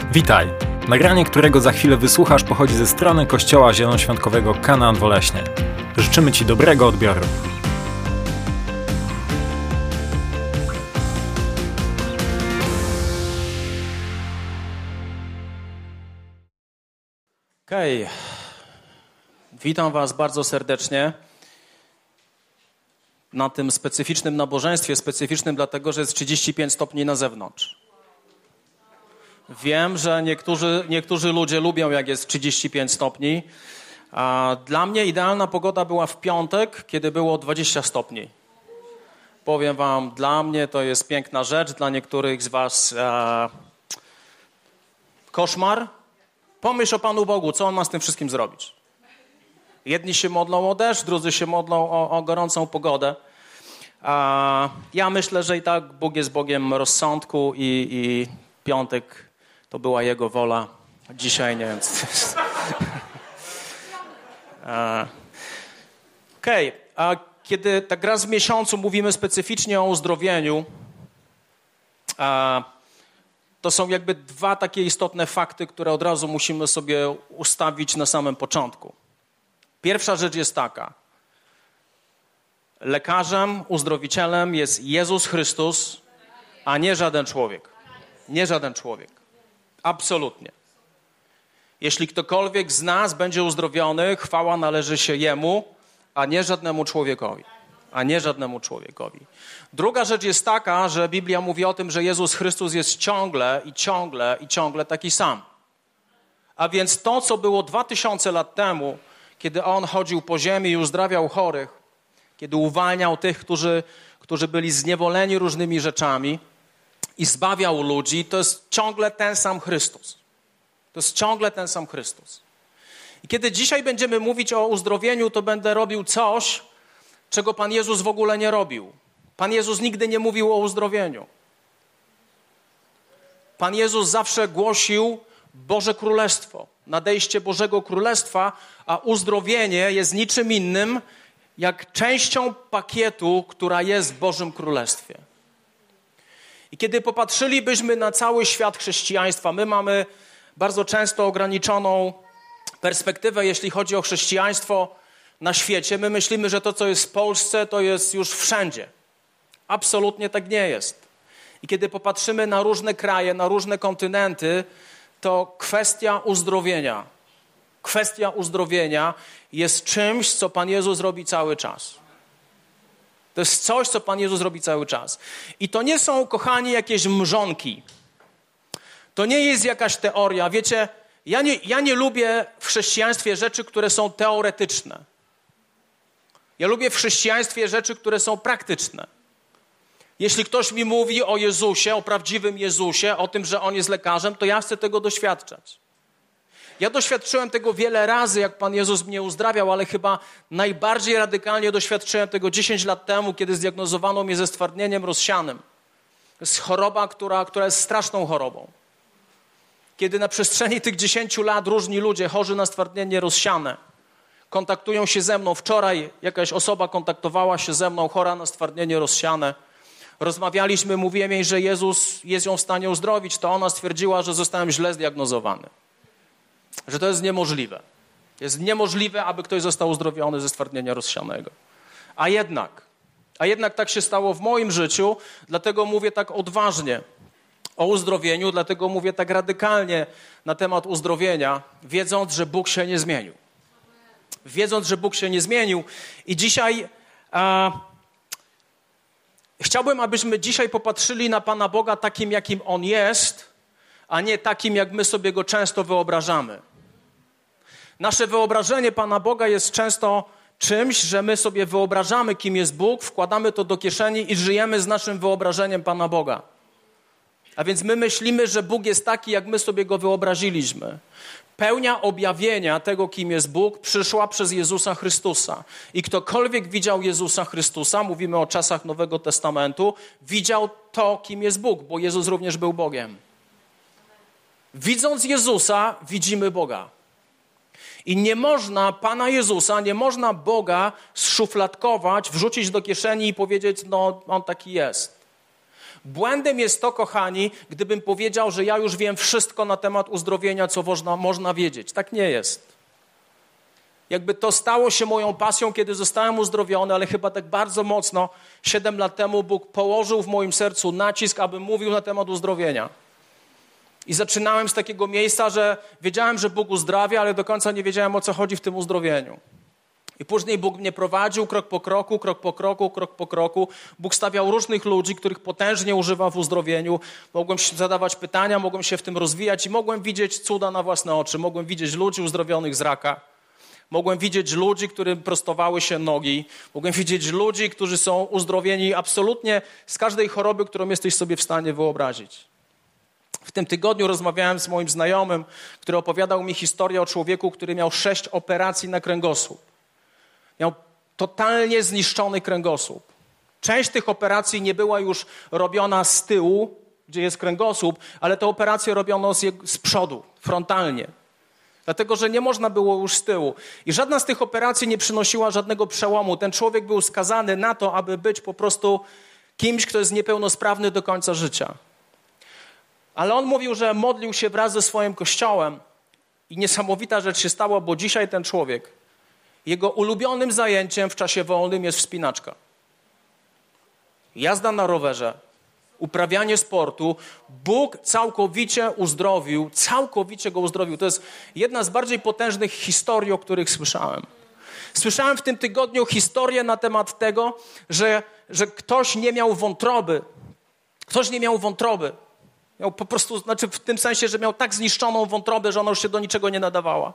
Witaj! Nagranie, którego za chwilę wysłuchasz, pochodzi ze strony Kościoła Zielonoświątkowego Kanaan Woleśnie. Życzymy Ci dobrego odbioru. Okej. Witam Was bardzo serdecznie na tym specyficznym nabożeństwie, specyficznym dlatego, że jest 35 stopni na zewnątrz. Wiem, że niektórzy ludzie lubią, jak jest 35 stopni. A dla mnie idealna pogoda była w piątek, kiedy było 20 stopni. Powiem Wam, dla mnie to jest piękna rzecz, dla niektórych z Was koszmar. Pomyśl o Panu Bogu, co On ma z tym wszystkim zrobić. Jedni się modlą o deszcz, drudzy się modlą o gorącą pogodę. Ja myślę, że i tak Bóg jest Bogiem rozsądku i piątek to była Jego wola. Dzisiaj nie wiem. Okej. Kiedy tak raz w miesiącu mówimy specyficznie o uzdrowieniu, to są jakby dwa takie istotne fakty, które od razu musimy sobie ustawić na samym początku. Pierwsza rzecz jest taka. Lekarzem, uzdrowicielem jest Jezus Chrystus, a nie żaden człowiek. Nie żaden człowiek. Absolutnie. Jeśli ktokolwiek z nas będzie uzdrowiony, chwała należy się Jemu, a nie żadnemu człowiekowi. A nie żadnemu człowiekowi. Druga rzecz jest taka, że Biblia mówi o tym, że Jezus Chrystus jest ciągle taki sam. A więc to, co było 2000 lat temu, kiedy On chodził po ziemi i uzdrawiał chorych, kiedy uwalniał tych, którzy byli zniewoleni różnymi rzeczami i zbawiał ludzi, to jest ciągle ten sam Chrystus. To jest ciągle ten sam Chrystus. I kiedy dzisiaj będziemy mówić o uzdrowieniu, to będę robił coś, czego Pan Jezus w ogóle nie robił. Pan Jezus nigdy nie mówił o uzdrowieniu. Pan Jezus zawsze głosił Boże Królestwo, nadejście Bożego Królestwa, a uzdrowienie jest niczym innym, jak częścią pakietu, która jest w Bożym Królestwie. I kiedy popatrzylibyśmy na cały świat chrześcijaństwa, my mamy bardzo często ograniczoną perspektywę, jeśli chodzi o chrześcijaństwo na świecie. My myślimy, że to, co jest w Polsce, to jest już wszędzie. Absolutnie tak nie jest. I kiedy popatrzymy na różne kraje, na różne kontynenty, to kwestia uzdrowienia jest czymś, co Pan Jezus robi cały czas. To jest coś, co Pan Jezus robi cały czas. I to nie są, kochani, jakieś mrzonki. To nie jest jakaś teoria. Wiecie, ja nie lubię w chrześcijaństwie rzeczy, które są teoretyczne. Ja lubię w chrześcijaństwie rzeczy, które są praktyczne. Jeśli ktoś mi mówi o Jezusie, o prawdziwym Jezusie, o tym, że On jest lekarzem, to ja chcę tego doświadczać. Ja doświadczyłem tego wiele razy, jak Pan Jezus mnie uzdrawiał, ale chyba najbardziej radykalnie doświadczyłem tego 10 lat temu, kiedy zdiagnozowano mnie ze stwardnieniem rozsianym. To jest choroba, która jest straszną chorobą. Kiedy na przestrzeni tych 10 lat różni ludzie chorzy na stwardnienie rozsiane kontaktują się ze mną. Wczoraj jakaś osoba kontaktowała się ze mną, chora na stwardnienie rozsiane. Rozmawialiśmy, mówiłem jej, że Jezus jest ją w stanie uzdrowić. To ona stwierdziła, że zostałem źle zdiagnozowany. Że to jest niemożliwe. Jest niemożliwe, aby ktoś został uzdrowiony ze stwardnienia rozsianego. A jednak tak się stało w moim życiu, dlatego mówię tak odważnie o uzdrowieniu, dlatego mówię tak radykalnie na temat uzdrowienia, wiedząc, że Bóg się nie zmienił. I dzisiaj chciałbym, abyśmy dzisiaj popatrzyli na Pana Boga takim, jakim On jest, a nie takim, jak my sobie Go często wyobrażamy. Nasze wyobrażenie Pana Boga jest często czymś, że my sobie wyobrażamy, kim jest Bóg, wkładamy to do kieszeni i żyjemy z naszym wyobrażeniem Pana Boga. A więc my myślimy, że Bóg jest taki, jak my sobie Go wyobraziliśmy. Pełnia objawienia tego, kim jest Bóg, przyszła przez Jezusa Chrystusa. I ktokolwiek widział Jezusa Chrystusa, mówimy o czasach Nowego Testamentu, widział to, kim jest Bóg, bo Jezus również był Bogiem. Widząc Jezusa, widzimy Boga. I nie można Pana Jezusa, nie można Boga zszufladkować, wrzucić do kieszeni i powiedzieć, no on taki jest. Błędem jest to, kochani, gdybym powiedział, że ja już wiem wszystko na temat uzdrowienia, co można wiedzieć. Tak nie jest. Jakby to stało się moją pasją, kiedy zostałem uzdrowiony, ale chyba tak bardzo mocno 7 lat temu Bóg położył w moim sercu nacisk, abym mówił na temat uzdrowienia. I zaczynałem z takiego miejsca, że wiedziałem, że Bóg uzdrawia, ale do końca nie wiedziałem, o co chodzi w tym uzdrowieniu. I później Bóg mnie prowadził krok po kroku, krok po kroku, krok po kroku. Bóg stawiał różnych ludzi, których potężnie używa w uzdrowieniu. Mogłem zadawać pytania, mogłem się w tym rozwijać i mogłem widzieć cuda na własne oczy. Mogłem widzieć ludzi uzdrowionych z raka. Mogłem widzieć ludzi, którym prostowały się nogi. Mogłem widzieć ludzi, którzy są uzdrowieni absolutnie z każdej choroby, którą jesteś sobie w stanie wyobrazić. W tym tygodniu rozmawiałem z moim znajomym, który opowiadał mi historię o człowieku, który miał 6 operacji na kręgosłup. Miał totalnie zniszczony kręgosłup. Część tych operacji nie była już robiona z tyłu, gdzie jest kręgosłup, ale te operacje robiono z przodu, frontalnie. Dlatego, że nie można było już z tyłu. I żadna z tych operacji nie przynosiła żadnego przełomu. Ten człowiek był skazany na to, aby być po prostu kimś, kto jest niepełnosprawny do końca życia. Ale on mówił, że modlił się wraz ze swoim kościołem i niesamowita rzecz się stała, bo dzisiaj ten człowiek, jego ulubionym zajęciem w czasie wolnym jest wspinaczka. Jazda na rowerze, uprawianie sportu. Bóg całkowicie go uzdrowił. To jest jedna z bardziej potężnych historii, o których słyszałem. Słyszałem w tym tygodniu historię na temat tego, że ktoś nie miał wątroby. Ktoś nie miał wątroby. Miał po prostu, znaczy w tym sensie, że miał tak zniszczoną wątrobę, że ona już się do niczego nie nadawała.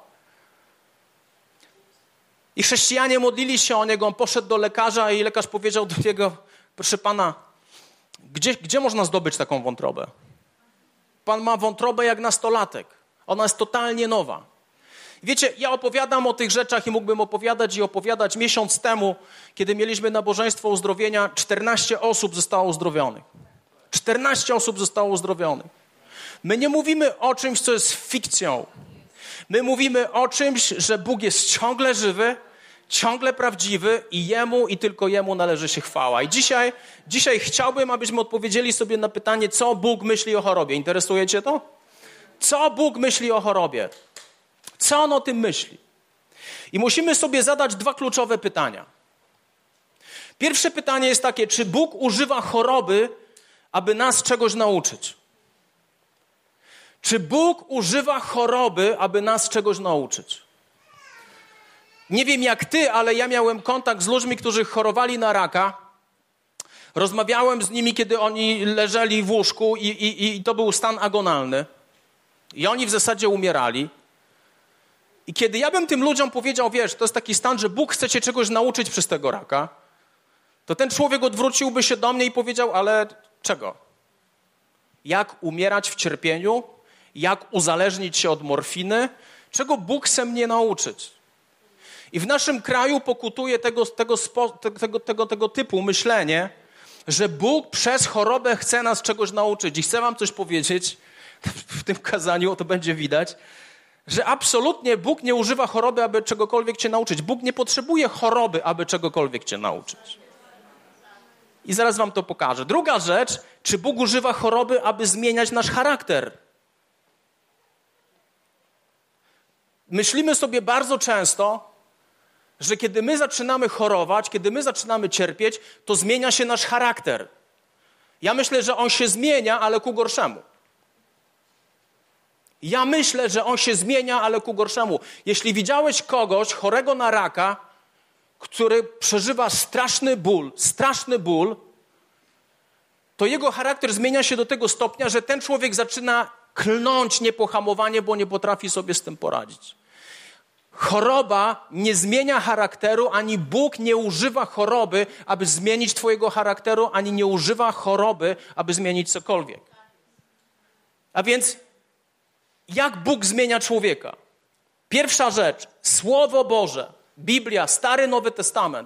I chrześcijanie modlili się o niego, on poszedł do lekarza i lekarz powiedział do niego: proszę pana, gdzie można zdobyć taką wątrobę? Pan ma wątrobę jak nastolatek. Ona jest totalnie nowa. Wiecie, ja opowiadam o tych rzeczach i mógłbym opowiadać. Miesiąc temu, kiedy mieliśmy nabożeństwo uzdrowienia, 14 osób zostało uzdrowionych. 14 osób zostało uzdrowionych. My nie mówimy o czymś, co jest fikcją. My mówimy o czymś, że Bóg jest ciągle żywy, ciągle prawdziwy i Jemu i tylko Jemu należy się chwała. I dzisiaj chciałbym, abyśmy odpowiedzieli sobie na pytanie, co Bóg myśli o chorobie. Interesuje cię to? Co Bóg myśli o chorobie? Co On o tym myśli? I musimy sobie zadać 2 kluczowe pytania. Pierwsze pytanie jest takie, czy Bóg używa choroby, aby nas czegoś nauczyć? Czy Bóg używa choroby, aby nas czegoś nauczyć? Nie wiem jak ty, ale ja miałem kontakt z ludźmi, którzy chorowali na raka. Rozmawiałem z nimi, kiedy oni leżeli w łóżku i to był stan agonalny. I oni w zasadzie umierali. I kiedy ja bym tym ludziom powiedział, wiesz, to jest taki stan, że Bóg chce cię czegoś nauczyć przez tego raka, to ten człowiek odwróciłby się do mnie i powiedział, ale czego? Jak umierać w cierpieniu? Jak uzależnić się od morfiny? Czego Bóg chce mnie nauczyć? I w naszym kraju pokutuje tego typu myślenie, że Bóg przez chorobę chce nas czegoś nauczyć. I chcę wam coś powiedzieć, w tym kazaniu to będzie widać, że absolutnie Bóg nie używa choroby, aby czegokolwiek cię nauczyć. Bóg nie potrzebuje choroby, aby czegokolwiek cię nauczyć. I zaraz wam to pokażę. Druga rzecz, czy Bóg używa choroby, aby zmieniać nasz charakter? Myślimy sobie bardzo często, że kiedy my zaczynamy chorować, kiedy my zaczynamy cierpieć, to zmienia się nasz charakter. Ja myślę, że on się zmienia, ale ku gorszemu. Jeśli widziałeś kogoś chorego na raka, który przeżywa straszny ból, to jego charakter zmienia się do tego stopnia, że ten człowiek zaczyna klnąć niepohamowanie, bo nie potrafi sobie z tym poradzić. Choroba nie zmienia charakteru, ani Bóg nie używa choroby, aby zmienić twojego charakteru, ani nie używa choroby, aby zmienić cokolwiek. A więc jak Bóg zmienia człowieka? Pierwsza rzecz, Słowo Boże, Biblia, Stary, Nowy Testament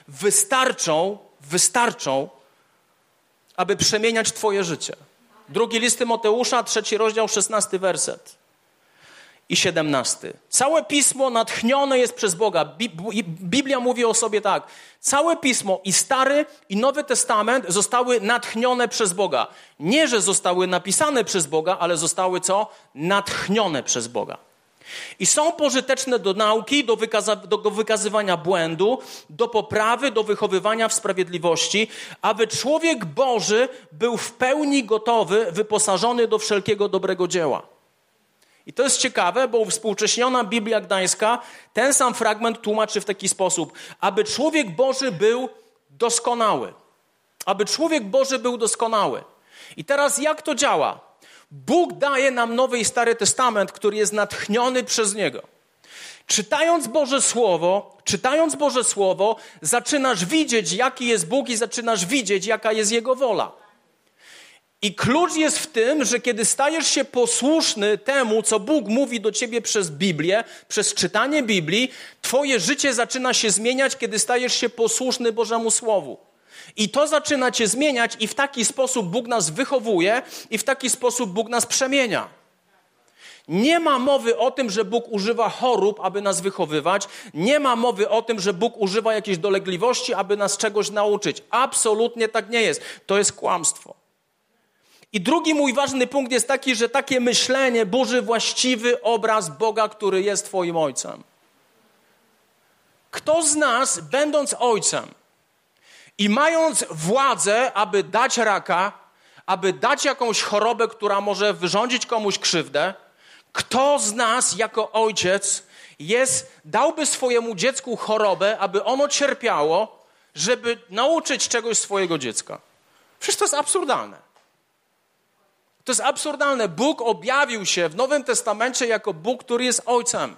wystarczą, aby przemieniać twoje życie. 2 list Tymoteusza, 3 rozdział, 16 werset. i 17. Całe Pismo natchnione jest przez Boga. Biblia mówi o sobie tak. Całe Pismo i Stary i Nowy Testament zostały natchnione przez Boga. Nie, że zostały napisane przez Boga, ale zostały co? Natchnione przez Boga. I są pożyteczne do nauki, do wykazywania błędu, do poprawy, do wychowywania w sprawiedliwości, aby człowiek Boży był w pełni gotowy, wyposażony do wszelkiego dobrego dzieła. I to jest ciekawe, bo współcześniona Biblia Gdańska ten sam fragment tłumaczy w taki sposób, aby człowiek Boży był doskonały. Aby człowiek Boży był doskonały. I teraz jak to działa? Bóg daje nam Nowy i Stary Testament, który jest natchniony przez Niego. Czytając Boże Słowo, zaczynasz widzieć, jaki jest Bóg i zaczynasz widzieć, jaka jest Jego wola. I klucz jest w tym, że kiedy stajesz się posłuszny temu, co Bóg mówi do ciebie przez Biblię, przez czytanie Biblii, twoje życie zaczyna się zmieniać, kiedy stajesz się posłuszny Bożemu Słowu. I to zaczyna cię zmieniać i w taki sposób Bóg nas wychowuje i w taki sposób Bóg nas przemienia. Nie ma mowy o tym, że Bóg używa chorób, aby nas wychowywać. Nie ma mowy o tym, że Bóg używa jakiejś dolegliwości, aby nas czegoś nauczyć. Absolutnie tak nie jest. To jest kłamstwo. I drugi mój ważny punkt jest taki, że takie myślenie burzy właściwy obraz Boga, który jest twoim ojcem. Kto z nas, będąc ojcem i mając władzę, aby dać raka, aby dać jakąś chorobę, która może wyrządzić komuś krzywdę, kto z nas jako ojciec dałby swojemu dziecku chorobę, aby ono cierpiało, żeby nauczyć czegoś swojego dziecka? Przecież to jest absurdalne. To jest absurdalne. Bóg objawił się w Nowym Testamencie jako Bóg, który jest ojcem.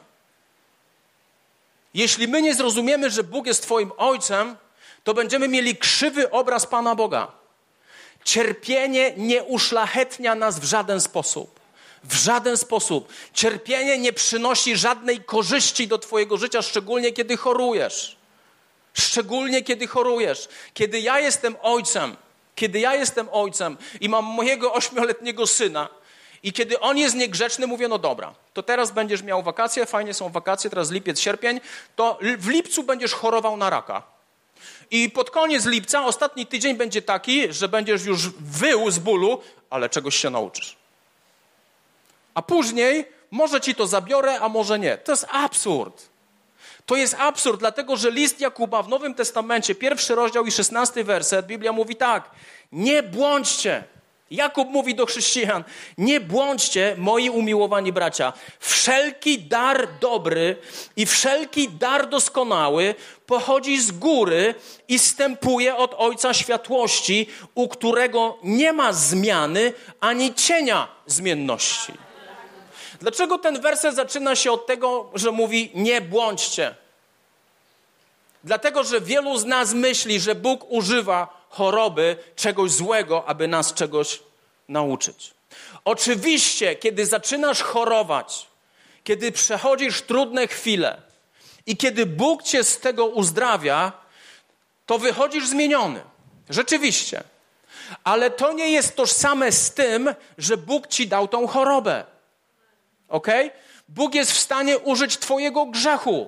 Jeśli my nie zrozumiemy, że Bóg jest twoim ojcem, to będziemy mieli krzywy obraz Pana Boga. Cierpienie nie uszlachetnia nas w żaden sposób. W żaden sposób. Cierpienie nie przynosi żadnej korzyści do twojego życia, szczególnie kiedy chorujesz. Szczególnie kiedy chorujesz. Kiedy ja jestem ojcem i mam mojego 8-letniego syna i kiedy on jest niegrzeczny, mówię, no dobra, to teraz będziesz miał wakacje, fajnie są wakacje, teraz lipiec, sierpień, to w lipcu będziesz chorował na raka. I pod koniec lipca, ostatni tydzień będzie taki, że będziesz już wył z bólu, ale czegoś się nauczysz. A później może ci to zabiorę, a może nie. To jest absurd. To jest absurd, dlatego że list Jakuba w Nowym Testamencie, 1 rozdział i 16 werset, Biblia mówi tak, nie błądźcie. Jakub mówi do chrześcijan, nie błądźcie, moi umiłowani bracia, wszelki dar dobry i wszelki dar doskonały pochodzi z góry i zstępuje od Ojca Światłości, u którego nie ma zmiany ani cienia zmienności. Dlaczego ten werset zaczyna się od tego, że mówi nie błądźcie? Dlatego, że wielu z nas myśli, że Bóg używa choroby, czegoś złego, aby nas czegoś nauczyć. Oczywiście, kiedy zaczynasz chorować, kiedy przechodzisz trudne chwile i kiedy Bóg cię z tego uzdrawia, to wychodzisz zmieniony. Rzeczywiście. Ale to nie jest tożsame z tym, że Bóg ci dał tą chorobę. Okej? Bóg jest w stanie użyć twojego grzechu.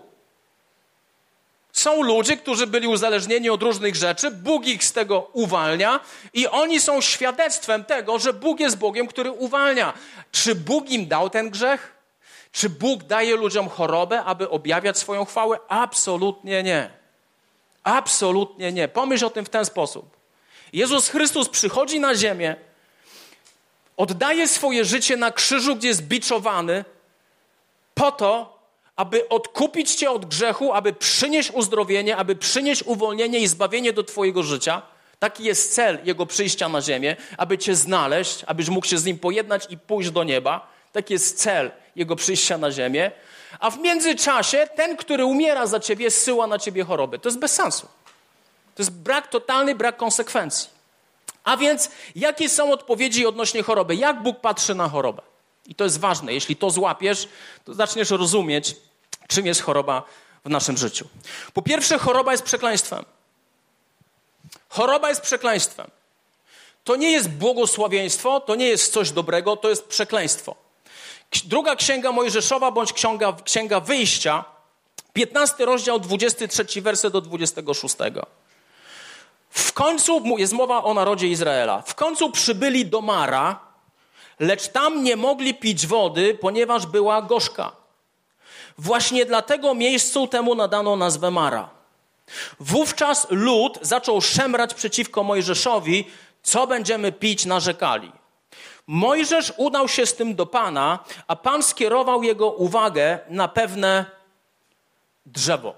Są ludzie, którzy byli uzależnieni od różnych rzeczy, Bóg ich z tego uwalnia i oni są świadectwem tego, że Bóg jest Bogiem, który uwalnia. Czy Bóg im dał ten grzech? Czy Bóg daje ludziom chorobę, aby objawiać swoją chwałę? Absolutnie nie. Absolutnie nie. Pomyśl o tym w ten sposób. Jezus Chrystus przychodzi na ziemię, oddaje swoje życie na krzyżu, gdzie jest biczowany, po to, aby odkupić cię od grzechu, aby przynieść uzdrowienie, aby przynieść uwolnienie i zbawienie do twojego życia. Taki jest cel Jego przyjścia na ziemię, aby cię znaleźć, abyś mógł się z Nim pojednać i pójść do nieba. Taki jest cel Jego przyjścia na ziemię. A w międzyczasie ten, który umiera za ciebie, zsyła na ciebie choroby. To jest bez sensu. To jest totalny brak konsekwencji. A więc jakie są odpowiedzi odnośnie choroby? Jak Bóg patrzy na chorobę? I to jest ważne. Jeśli to złapiesz, to zaczniesz rozumieć, czym jest choroba w naszym życiu. Po pierwsze, choroba jest przekleństwem. Choroba jest przekleństwem. To nie jest błogosławieństwo, to nie jest coś dobrego, to jest przekleństwo. Druga księga Mojżeszowa bądź księga Wyjścia, 15 rozdział, 23 werset do 26. W końcu, jest mowa o narodzie Izraela, w końcu przybyli do Mara, lecz tam nie mogli pić wody, ponieważ była gorzka. Właśnie dlatego miejscu temu nadano nazwę Mara. Wówczas lud zaczął szemrać przeciwko Mojżeszowi, co będziemy pić, narzekali. Mojżesz udał się z tym do Pana, a Pan skierował jego uwagę na pewne drzewo.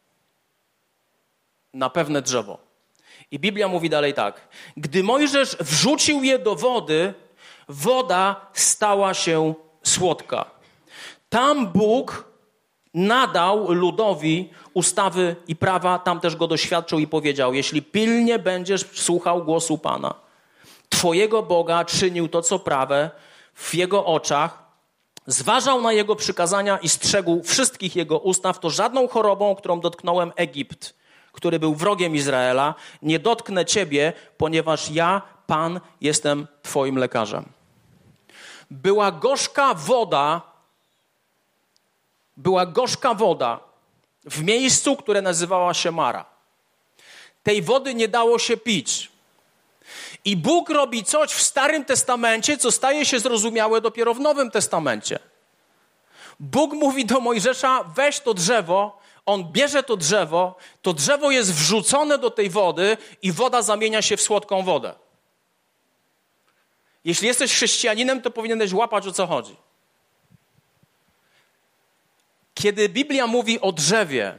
Na pewne drzewo. I Biblia mówi dalej tak. Gdy Mojżesz wrzucił je do wody, woda stała się słodka. Tam Bóg nadał ludowi ustawy i prawa, tam też go doświadczył i powiedział, jeśli pilnie będziesz słuchał głosu Pana, Twojego Boga, czynił to, co prawe w Jego oczach, zważał na Jego przykazania i strzegł wszystkich Jego ustaw, to żadną chorobą, którą dotknąłem Egipt, który był wrogiem Izraela, nie dotknę Ciebie, ponieważ ja, Pan, jestem Twoim lekarzem. Była gorzka woda w miejscu, które nazywała się Mara. Tej wody nie dało się pić. I Bóg robi coś w Starym Testamencie, co staje się zrozumiałe dopiero w Nowym Testamencie. Bóg mówi do Mojżesza, weź to drzewo, on bierze to drzewo jest wrzucone do tej wody i woda zamienia się w słodką wodę. Jeśli jesteś chrześcijaninem, to powinieneś łapać, o co chodzi. Kiedy Biblia mówi o drzewie,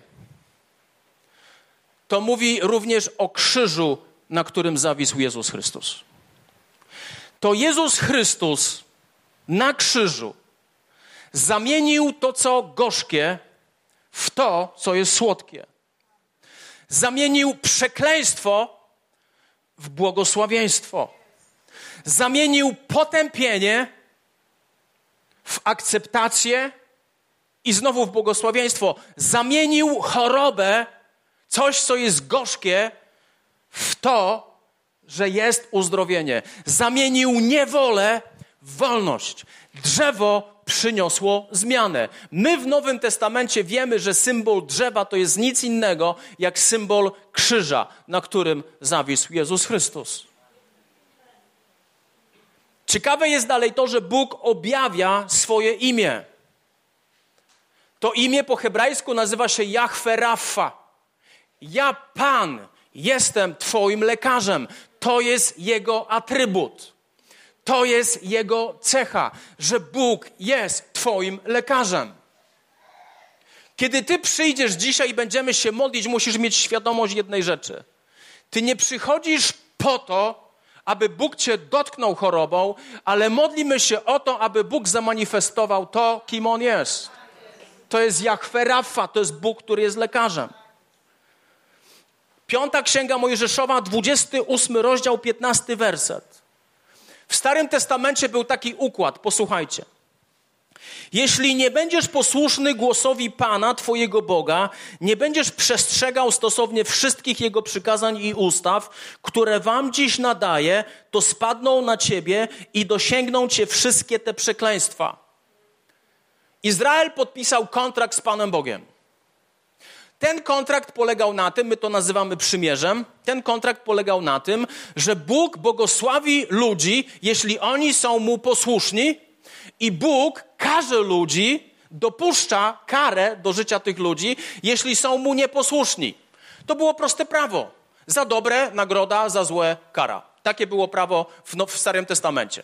to mówi również o krzyżu, na którym zawisł Jezus Chrystus. To Jezus Chrystus na krzyżu zamienił to, co gorzkie, w to, co jest słodkie. Zamienił przekleństwo w błogosławieństwo. Zamienił potępienie w akceptację i znowu w błogosławieństwo. Zamienił chorobę, coś, co jest gorzkie, w to, że jest uzdrowienie. Zamienił niewolę w wolność. Drzewo przyniosło zmianę. My w Nowym Testamencie wiemy, że symbol drzewa to jest nic innego jak symbol krzyża, na którym zawisł Jezus Chrystus. Ciekawe jest dalej to, że Bóg objawia swoje imię. To imię po hebrajsku nazywa się Jahwe Rafa. Ja, Pan, jestem Twoim lekarzem. To jest Jego atrybut. To jest Jego cecha, że Bóg jest Twoim lekarzem. Kiedy Ty przyjdziesz dzisiaj i będziemy się modlić, musisz mieć świadomość jednej rzeczy. Ty nie przychodzisz po to, aby Bóg Cię dotknął chorobą, ale modlimy się o to, aby Bóg zamanifestował to, kim On jest. To jest Jahwe Rafa, to jest Bóg, który jest lekarzem. 5 Księga Mojżeszowa, 28 rozdział, 15 werset. W Starym Testamencie był taki układ, posłuchajcie. Jeśli nie będziesz posłuszny głosowi Pana, Twojego Boga, nie będziesz przestrzegał stosownie wszystkich Jego przykazań i ustaw, które Wam dziś nadaję, to spadną na Ciebie i dosięgną Cię wszystkie te przekleństwa. Izrael podpisał kontrakt z Panem Bogiem. Ten kontrakt polegał na tym, my to nazywamy przymierzem, ten kontrakt polegał na tym, że Bóg błogosławi ludzi, jeśli oni są Mu posłuszni i Bóg karze ludzi, dopuszcza karę do życia tych ludzi, jeśli są Mu nieposłuszni. To było proste prawo. Za dobre nagroda, za złe kara. Takie było prawo w Starym Testamencie.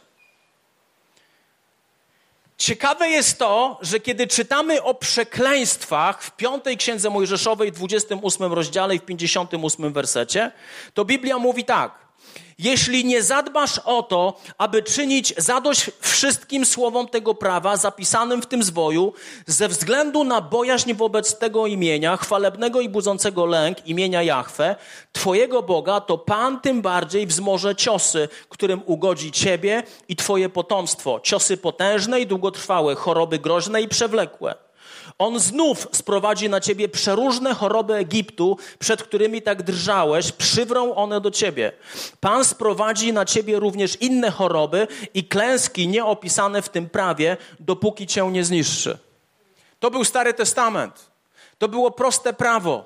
Ciekawe jest to, że kiedy czytamy o przekleństwach w 5 Księdze Mojżeszowej, 28 rozdziale i w 58 wersecie, to Biblia mówi tak. Jeśli nie zadbasz o to, aby czynić zadość wszystkim słowom tego prawa zapisanym w tym zwoju, ze względu na bojaźń wobec tego imienia, chwalebnego i budzącego lęk imienia Jahwe, Twojego Boga, to Pan tym bardziej wzmoże ciosy, którym ugodzi Ciebie i Twoje potomstwo. Ciosy potężne i długotrwałe, choroby groźne i przewlekłe. On znów sprowadzi na ciebie przeróżne choroby Egiptu, przed którymi tak drżałeś, przywrą one do ciebie. Pan sprowadzi na ciebie również inne choroby i klęski nieopisane w tym prawie, dopóki cię nie zniszczy. To był Stary Testament. To było proste prawo.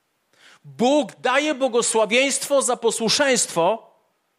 Bóg daje błogosławieństwo za posłuszeństwo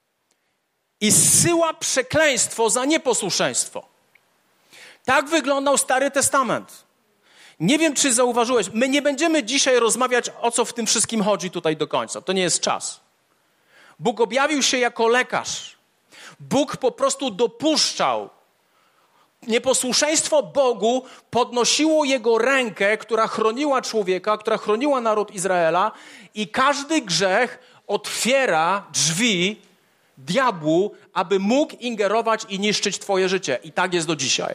i zsyła przekleństwo za nieposłuszeństwo. Tak wyglądał Stary Testament. Nie wiem, czy zauważyłeś, my nie będziemy dzisiaj rozmawiać, o co w tym wszystkim chodzi tutaj do końca. To nie jest czas. Bóg objawił się jako lekarz. Bóg po prostu dopuszczał. Nieposłuszeństwo Bogu podnosiło Jego rękę, która chroniła człowieka, która chroniła naród Izraela i każdy grzech otwiera drzwi diabłu, aby mógł ingerować i niszczyć twoje życie. I tak jest do dzisiaj.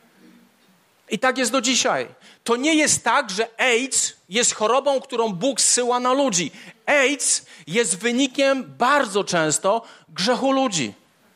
I tak jest do dzisiaj. To nie jest tak, że AIDS jest chorobą, którą Bóg zsyła na ludzi. AIDS jest wynikiem bardzo często grzechu ludzi.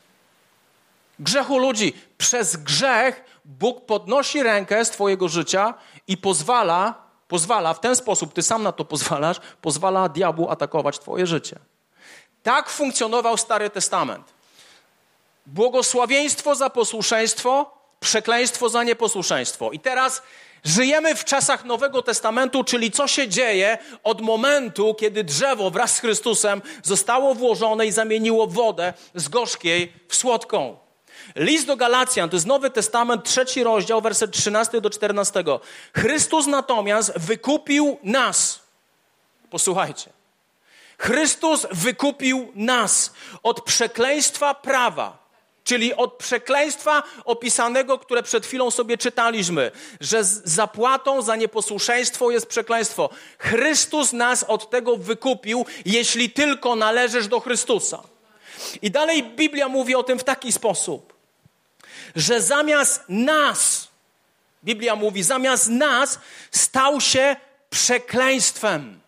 Grzechu ludzi. Przez grzech Bóg podnosi rękę z twojego życia i pozwala w ten sposób, ty sam na to pozwalasz, pozwala diabłu atakować twoje życie. Tak funkcjonował Stary Testament. Błogosławieństwo za posłuszeństwo, przekleństwo za nieposłuszeństwo. I teraz żyjemy w czasach Nowego Testamentu, czyli co się dzieje od momentu, kiedy drzewo wraz z Chrystusem zostało włożone i zamieniło wodę z gorzkiej w słodką. List do Galacjan, to jest Nowy Testament, 3 rozdział, werset 13 do 14. Chrystus natomiast wykupił nas. Posłuchajcie. Chrystus wykupił nas od przekleństwa prawa, czyli od przekleństwa opisanego, które przed chwilą sobie czytaliśmy, że zapłatą za nieposłuszeństwo jest przekleństwo. Chrystus nas od tego wykupił, jeśli tylko należysz do Chrystusa. I dalej Biblia mówi o tym w taki sposób, że zamiast nas, Biblia mówi, zamiast nas stał się przekleństwem.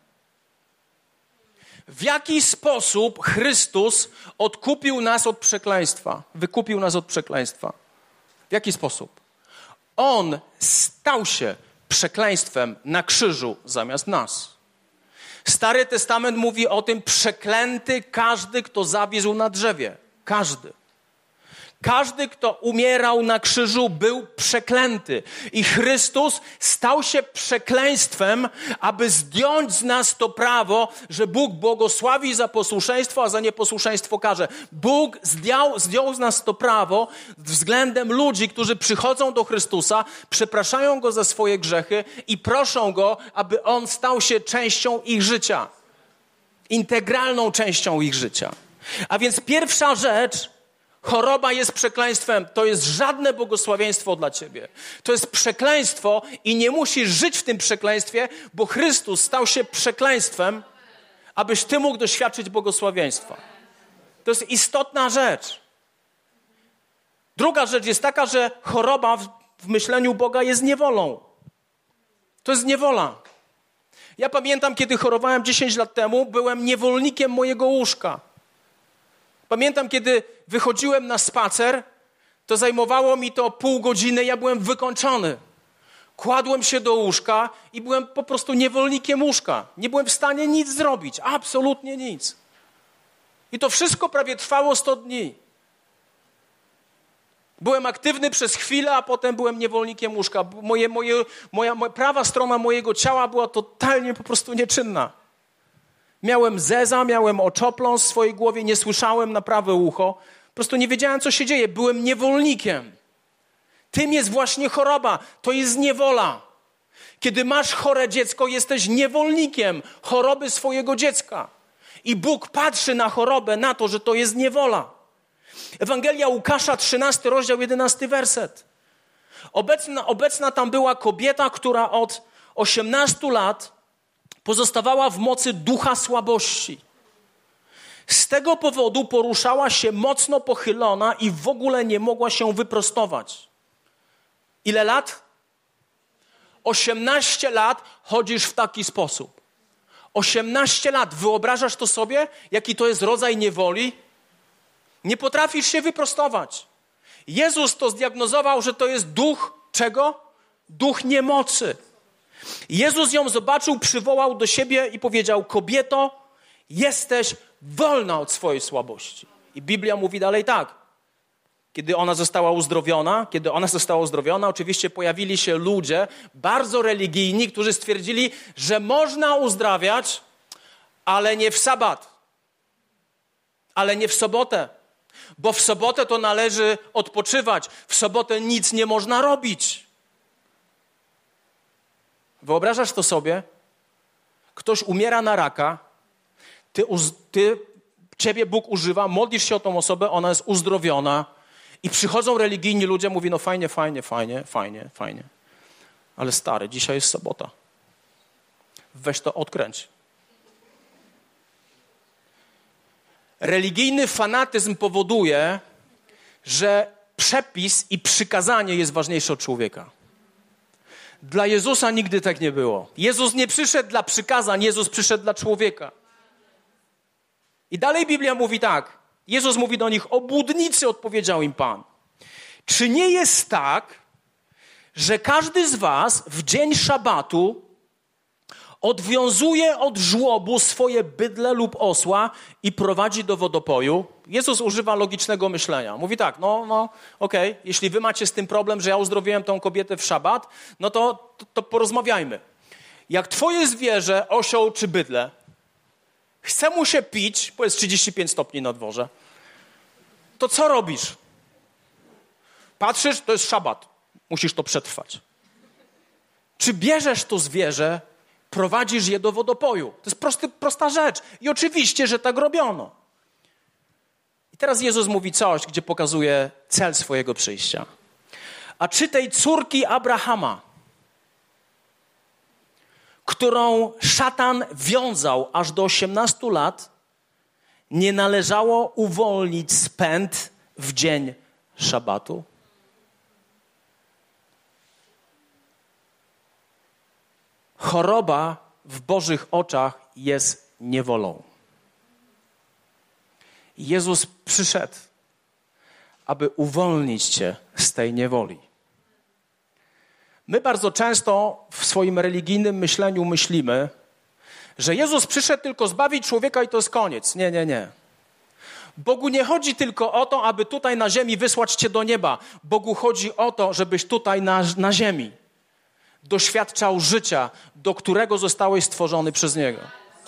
W jaki sposób Chrystus odkupił nas od przekleństwa? Wykupił nas od przekleństwa. W jaki sposób? On stał się przekleństwem na krzyżu zamiast nas. Stary Testament mówi o tym, przeklęty każdy, kto zawisł na drzewie. Każdy. Każdy, kto umierał na krzyżu, był przeklęty. I Chrystus stał się przekleństwem, aby zdjąć z nas to prawo, że Bóg błogosławi za posłuszeństwo, a za nieposłuszeństwo karze. Bóg zdjął z nas to prawo względem ludzi, którzy przychodzą do Chrystusa, przepraszają Go za swoje grzechy i proszą Go, aby On stał się częścią ich życia. Integralną częścią ich życia. A więc pierwsza rzecz, choroba jest przekleństwem. To jest żadne błogosławieństwo dla ciebie. To jest przekleństwo i nie musisz żyć w tym przekleństwie, bo Chrystus stał się przekleństwem, abyś ty mógł doświadczyć błogosławieństwa. To jest istotna rzecz. Druga rzecz jest taka, że choroba w myśleniu Boga jest niewolą. To jest niewola. Ja pamiętam, kiedy chorowałem 10 lat temu, byłem niewolnikiem mojego łóżka. Pamiętam, kiedy wychodziłem na spacer, to zajmowało mi to pół godziny, ja byłem wykończony. Kładłem się do łóżka i byłem po prostu niewolnikiem łóżka. Nie byłem w stanie nic zrobić, absolutnie nic. I to wszystko prawie trwało 100 dni. Byłem aktywny przez chwilę, a potem byłem niewolnikiem łóżka. Moja prawa strona mojego ciała była totalnie po prostu nieczynna. Miałem zeza, miałem oczopląs w swojej głowie, nie słyszałem na prawe ucho. Po prostu nie wiedziałem, co się dzieje. Byłem niewolnikiem. Tym jest właśnie choroba. To jest niewola. Kiedy masz chore dziecko, jesteś niewolnikiem choroby swojego dziecka. I Bóg patrzy na chorobę, na to, że to jest niewola. Ewangelia Łukasza, 13 rozdział, 11 werset. Obecna tam była kobieta, która od 18 lat pozostawała w mocy ducha słabości. Z tego powodu poruszała się mocno pochylona i w ogóle nie mogła się wyprostować. Ile lat? 18 lat chodzisz w taki sposób. 18 lat. Wyobrażasz to sobie? Jaki to jest rodzaj niewoli? Nie potrafisz się wyprostować. Jezus to zdiagnozował, że to jest duch czego? duch niemocy. Jezus ją zobaczył, przywołał do siebie i powiedział: kobieto, jesteś wolna od swojej słabości. I Biblia mówi dalej tak. Kiedy ona została uzdrowiona, oczywiście pojawili się ludzie bardzo religijni, którzy stwierdzili, że można uzdrawiać, ale nie w sabat, ale nie w sobotę, bo w sobotę to należy odpoczywać, w sobotę nic nie można robić. Wyobrażasz to sobie? Ktoś umiera na raka, ciebie Bóg używa, modlisz się o tą osobę, ona jest uzdrowiona i przychodzą religijni ludzie, mówią: no fajnie, ale stary, dzisiaj jest sobota. Weź to odkręć. Religijny fanatyzm powoduje, że przepis i przykazanie jest ważniejsze od człowieka. Dla Jezusa nigdy tak nie było. Jezus nie przyszedł dla przykazań, Jezus przyszedł dla człowieka. I dalej Biblia mówi tak. Jezus mówi do nich: obłudnicy, odpowiedział im Pan. Czy nie jest tak, że każdy z was w dzień szabatu odwiązuje od żłobu swoje bydlę lub osła i prowadzi do wodopoju? Jezus używa logicznego myślenia. Mówi tak: okej, jeśli wy macie z tym problem, że ja uzdrowiłem tą kobietę w szabat, no to porozmawiajmy. Jak twoje zwierzę, osioł czy bydlę, chce mu się pić, bo jest 35 stopni na dworze, to co robisz? Patrzysz, to jest szabat. Musisz to przetrwać. Czy bierzesz to zwierzę, prowadzisz je do wodopoju? To jest prosta rzecz. I oczywiście, że tak robiono. I teraz Jezus mówi coś, gdzie pokazuje cel swojego przyjścia. A czy tej córki Abrahama, którą szatan wiązał aż do 18 lat, nie należało uwolnić z pęd w dzień szabatu? Choroba w Bożych oczach jest niewolą. Jezus przyszedł, aby uwolnić cię z tej niewoli. My bardzo często w swoim religijnym myśleniu myślimy, że Jezus przyszedł tylko zbawić człowieka i to jest koniec. Nie. Bogu nie chodzi tylko o to, aby tutaj na ziemi wysłać cię do nieba. Bogu chodzi o to, żebyś tutaj na ziemi doświadczał życia, do którego zostałeś stworzony przez Niego.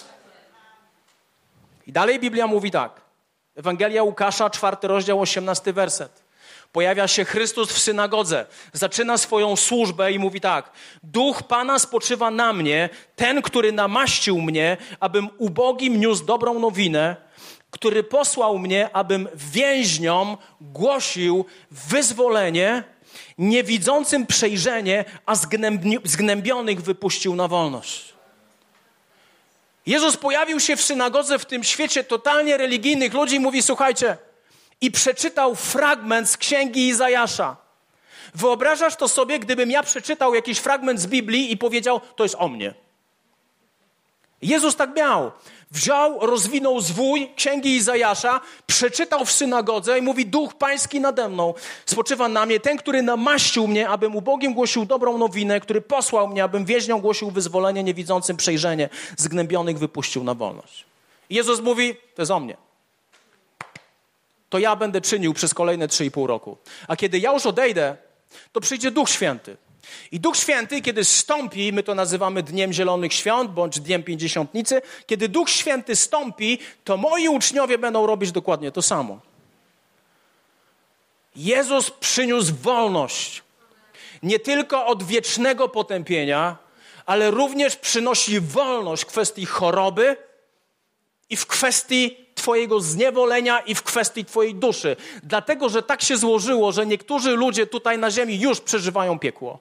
I dalej Biblia mówi tak. Ewangelia Łukasza, 4 rozdział, 18 werset. Pojawia się Chrystus w synagodze. Zaczyna swoją służbę i mówi tak. Duch Pana spoczywa na mnie, ten, który namaścił mnie, abym ubogim niósł dobrą nowinę, który posłał mnie, abym więźniom głosił wyzwolenie, niewidzącym przejrzenie, a zgnębionych wypuścił na wolność. Jezus pojawił się w synagodze w tym świecie totalnie religijnych ludzi i mówi: słuchajcie, i przeczytał fragment z księgi Izajasza. Wyobrażasz to sobie, gdybym ja przeczytał jakiś fragment z Biblii i powiedział: to jest o mnie. Jezus tak miał. Wziął, rozwinął zwój księgi Izajasza, przeczytał w synagodze i mówi: Duch Pański nade mną, spoczywa na mnie, ten, który namaścił mnie, abym ubogim głosił dobrą nowinę, który posłał mnie, abym więźniom głosił wyzwolenie, niewidzącym przejrzenie, zgnębionych wypuścił na wolność. I Jezus mówi: to jest o mnie. To ja będę czynił przez kolejne 3,5 roku. A kiedy ja już odejdę, to przyjdzie Duch Święty. I Duch Święty, kiedy stąpi, my to nazywamy Dniem Zielonych Świąt, bądź Dniem Pięćdziesiątnicy, kiedy Duch Święty stąpi, to moi uczniowie będą robić dokładnie to samo. Jezus przyniósł wolność. Nie tylko od wiecznego potępienia, ale również przynosi wolność w kwestii choroby i w kwestii twojego zniewolenia i w kwestii twojej duszy. Dlatego, że tak się złożyło, że niektórzy ludzie tutaj na ziemi już przeżywają piekło.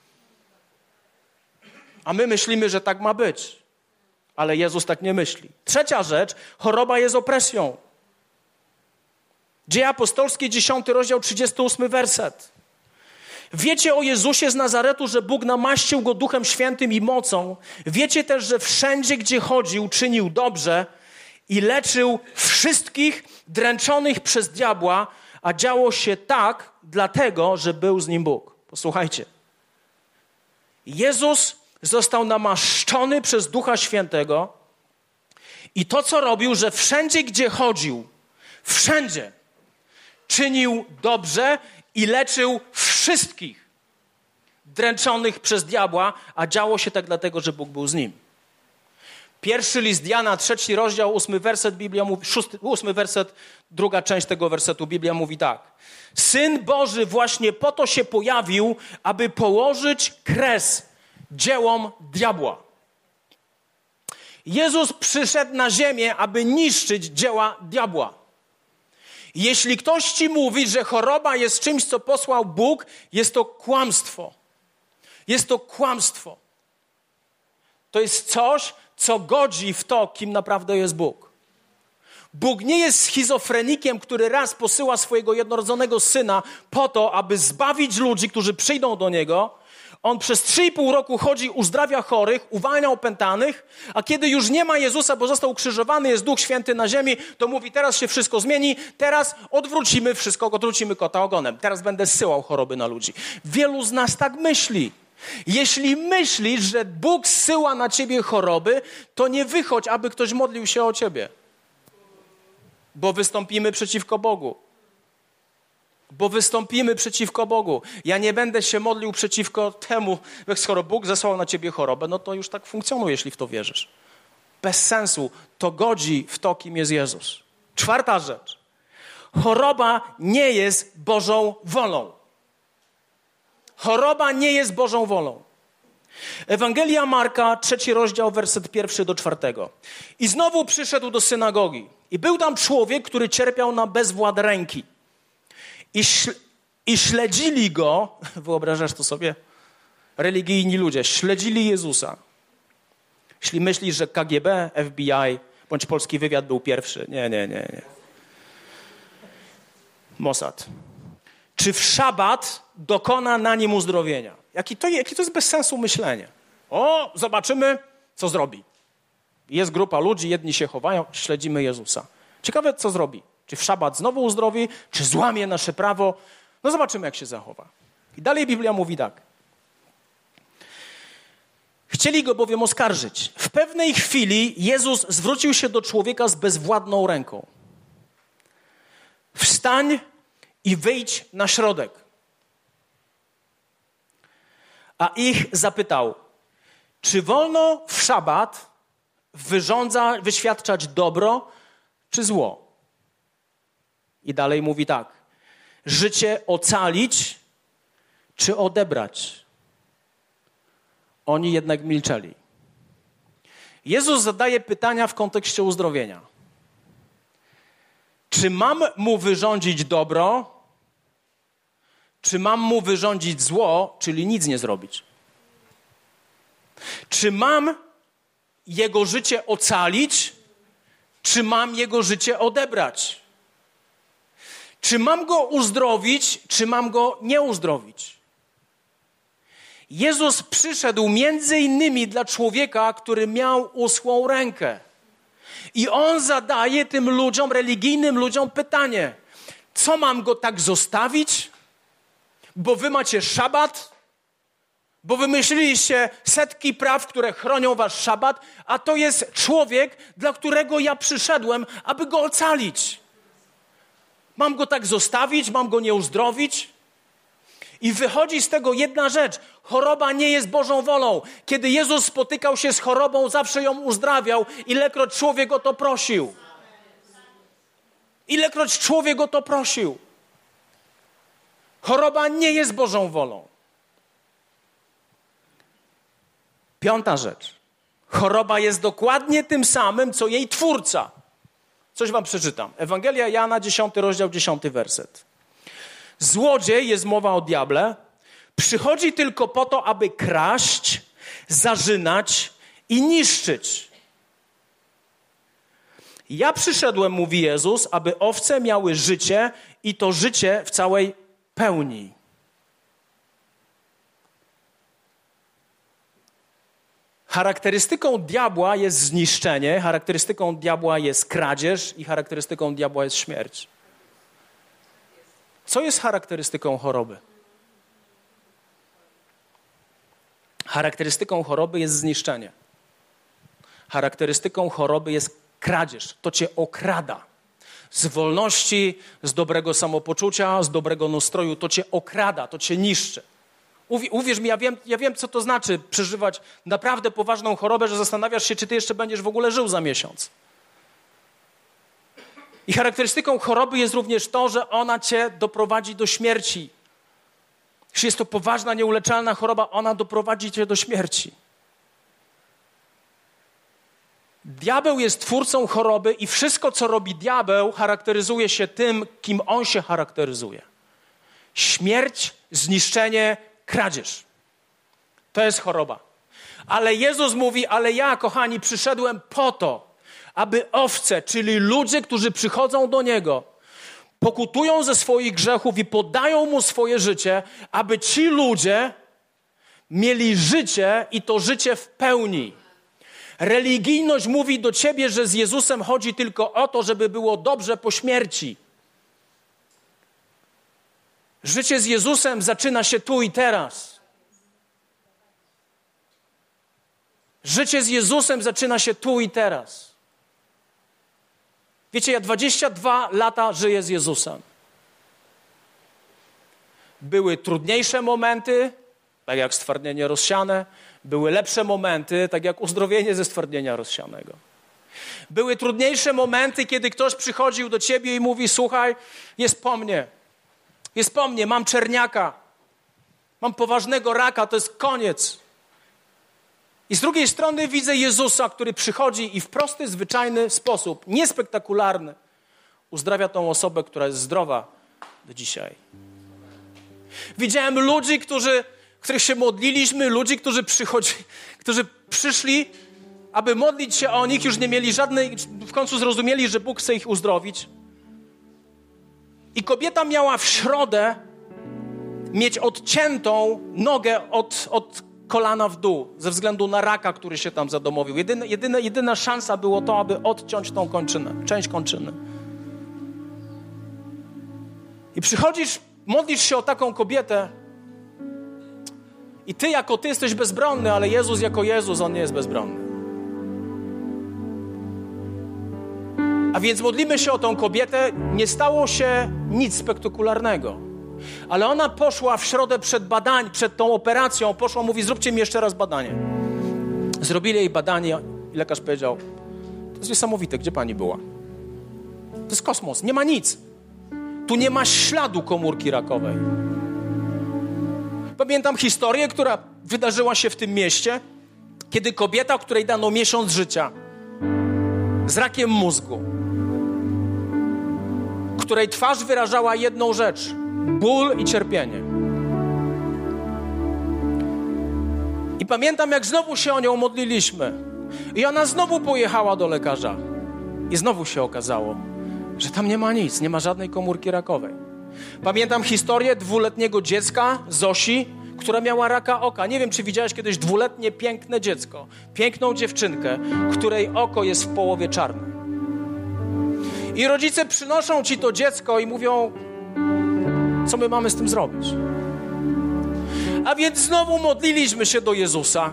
A my myślimy, że tak ma być. Ale Jezus tak nie myśli. Trzecia rzecz, choroba jest opresją. Dzieje apostolskie, 10 rozdział, 38 werset. Wiecie o Jezusie z Nazaretu, że Bóg namaścił Go Duchem Świętym i mocą. Wiecie też, że wszędzie, gdzie chodził, czynił dobrze i leczył wszystkich dręczonych przez diabła, a działo się tak dlatego, że był z Nim Bóg. Posłuchajcie. Jezus został namaszczony przez Ducha Świętego i to, co robił, że wszędzie, gdzie chodził, wszędzie czynił dobrze i leczył wszystkich dręczonych przez diabła, a działo się tak dlatego, że Bóg był z nim. Pierwszy list Jana, 3 rozdział, 8 werset, Biblia mówi, 8 werset, druga część tego wersetu, Biblia mówi tak. Syn Boży właśnie po to się pojawił, aby położyć kres dziełom diabła. Jezus przyszedł na ziemię, aby niszczyć dzieła diabła. Jeśli ktoś ci mówi, że choroba jest czymś, co posłał Bóg, jest to kłamstwo. Jest to kłamstwo. To jest coś, co godzi w to, kim naprawdę jest Bóg. Bóg nie jest schizofrenikiem, który raz posyła swojego jednorodzonego Syna po to, aby zbawić ludzi, którzy przyjdą do Niego. On przez 3,5 roku chodzi, uzdrawia chorych, uwalnia opętanych, a kiedy już nie ma Jezusa, bo został ukrzyżowany, jest Duch Święty na ziemi, to mówi, teraz się wszystko zmieni, teraz odwrócimy wszystko, odwrócimy kota ogonem. Teraz będę zsyłał choroby na ludzi. Wielu z nas tak myśli. Jeśli myślisz, że Bóg zsyła na ciebie choroby, to nie wychodź, aby ktoś modlił się o ciebie. Bo wystąpimy przeciwko Bogu. Bo wystąpimy przeciwko Bogu. Ja nie będę się modlił przeciwko temu, skoro Bóg zesłał na ciebie chorobę, no to już tak funkcjonuje, jeśli w to wierzysz. Bez sensu. To godzi w to, kim jest Jezus. 4. rzecz. Choroba nie jest Bożą wolą. Choroba nie jest Bożą wolą. Ewangelia Marka, 3 rozdział, werset 1 do 4. I znowu przyszedł do synagogi. I był tam człowiek, który cierpiał na bezwład ręki. I śledzili go, wyobrażasz to sobie? Religijni ludzie śledzili Jezusa. Jeśli myślisz, że KGB, FBI bądź polski wywiad był pierwszy. Nie. Mossad. Czy w szabat dokona na nim uzdrowienia? Jakie to jest bez sensu myślenie? Zobaczymy, co zrobi. Jest grupa ludzi, jedni się chowają, śledzimy Jezusa. Ciekawe, co zrobi. Czy w szabat znowu uzdrowi, czy złamie nasze prawo? No zobaczymy, jak się zachowa. I dalej Biblia mówi tak. Chcieli go bowiem oskarżyć. W pewnej chwili Jezus zwrócił się do człowieka z bezwładną ręką. Wstań i wyjdź na środek. A ich zapytał, czy wolno w szabat wyświadczać dobro czy zło? I dalej mówi tak. Życie ocalić czy odebrać? Oni jednak milczeli. Jezus zadaje pytania w kontekście uzdrowienia. Czy mam mu wyrządzić dobro, czy mam mu wyrządzić zło, czyli nic nie zrobić? Czy mam jego życie ocalić, czy mam jego życie odebrać? Czy mam go uzdrowić, czy mam go nie uzdrowić? Jezus przyszedł między innymi dla człowieka, który miał uschłą rękę. I on zadaje tym ludziom, religijnym ludziom pytanie. Co, mam go tak zostawić? Bo wy macie szabat? Bo wymyśliliście setki praw, które chronią wasz szabat, a to jest człowiek, dla którego ja przyszedłem, aby go ocalić. Mam go tak zostawić? Mam go nie uzdrowić? I wychodzi z tego jedna rzecz. Choroba nie jest Bożą wolą. Kiedy Jezus spotykał się z chorobą, zawsze ją uzdrawiał, ilekroć człowiek o to prosił. Ilekroć człowiek o to prosił. Choroba nie jest Bożą wolą. 5. rzecz. Choroba jest dokładnie tym samym, co jej twórca. Coś wam przeczytam. Ewangelia Jana, 10 rozdział, 10 werset. Złodziej, jest mowa o diable, przychodzi tylko po to, aby kraść, zarzynać i niszczyć. Ja przyszedłem, mówi Jezus, aby owce miały życie i to życie w całej pełni. Charakterystyką diabła jest zniszczenie, charakterystyką diabła jest kradzież i charakterystyką diabła jest śmierć. Co jest charakterystyką choroby? Charakterystyką choroby jest zniszczenie. Charakterystyką choroby jest kradzież. To cię okrada. Z wolności, z dobrego samopoczucia, z dobrego nastroju. To cię okrada, to cię niszczy. Uwierz mi, ja wiem, co to znaczy przeżywać naprawdę poważną chorobę, że zastanawiasz się, czy ty jeszcze będziesz w ogóle żył za miesiąc. I charakterystyką choroby jest również to, że ona cię doprowadzi do śmierci. Jeśli jest to poważna, nieuleczalna choroba, ona doprowadzi cię do śmierci. Diabeł jest twórcą choroby i wszystko, co robi diabeł, charakteryzuje się tym, kim on się charakteryzuje. Śmierć, zniszczenie, kradzież. To jest choroba. Ale Jezus mówi, ale ja, kochani, przyszedłem po to, aby owce, czyli ludzie, którzy przychodzą do Niego, pokutują ze swoich grzechów i podają Mu swoje życie, aby ci ludzie mieli życie i to życie w pełni. Religijność mówi do ciebie, że z Jezusem chodzi tylko o to, żeby było dobrze po śmierci. Życie z Jezusem zaczyna się tu i teraz. Życie z Jezusem zaczyna się tu i teraz. Wiecie, ja 22 lata żyję z Jezusem. Były trudniejsze momenty, tak jak stwardnienie rozsiane. Były lepsze momenty, tak jak uzdrowienie ze stwardnienia rozsianego. Były trudniejsze momenty, kiedy ktoś przychodził do ciebie i mówi, słuchaj, jest po mnie, mam czerniaka, mam poważnego raka, to jest koniec. I z drugiej strony widzę Jezusa, który przychodzi i w prosty, zwyczajny sposób, niespektakularny, uzdrawia tą osobę, która jest zdrowa do dzisiaj. Widziałem ludzi, których się modliliśmy, ludzi, którzy przyszli, aby modlić się o nich, już nie mieli żadnej, w końcu zrozumieli, że Bóg chce ich uzdrowić. I kobieta miała w środę mieć odciętą nogę od kolana w dół, ze względu na raka, który się tam zadomowił. Jedyna szansa było to, aby odciąć tą kończynę, część kończyny. I przychodzisz, modlisz się o taką kobietę i ty jako ty jesteś bezbronny, ale Jezus jako Jezus, On nie jest bezbronny. A więc modlimy się o tą kobietę, nie stało się nic spektakularnego. Ale ona poszła w środę przed tą operacją, mówi, zróbcie mi jeszcze raz badanie. Zrobili jej badanie i lekarz powiedział, to jest niesamowite, gdzie pani była? To jest kosmos, nie ma nic. Tu nie ma śladu komórki rakowej. Pamiętam historię, która wydarzyła się w tym mieście, kiedy kobieta, której dano miesiąc życia, z rakiem mózgu, której twarz wyrażała jedną rzecz, ból i cierpienie. I pamiętam, jak znowu się o nią modliliśmy. I ona znowu pojechała do lekarza. I znowu się okazało, że tam nie ma nic, nie ma żadnej komórki rakowej. Pamiętam historię 2-letniego dziecka, Zosi, która miała raka oka. Nie wiem, czy widziałeś kiedyś 2-letnie, piękne dziecko, piękną dziewczynkę, której oko jest w połowie czarne. I rodzice przynoszą ci to dziecko i mówią, co my mamy z tym zrobić? A więc znowu modliliśmy się do Jezusa,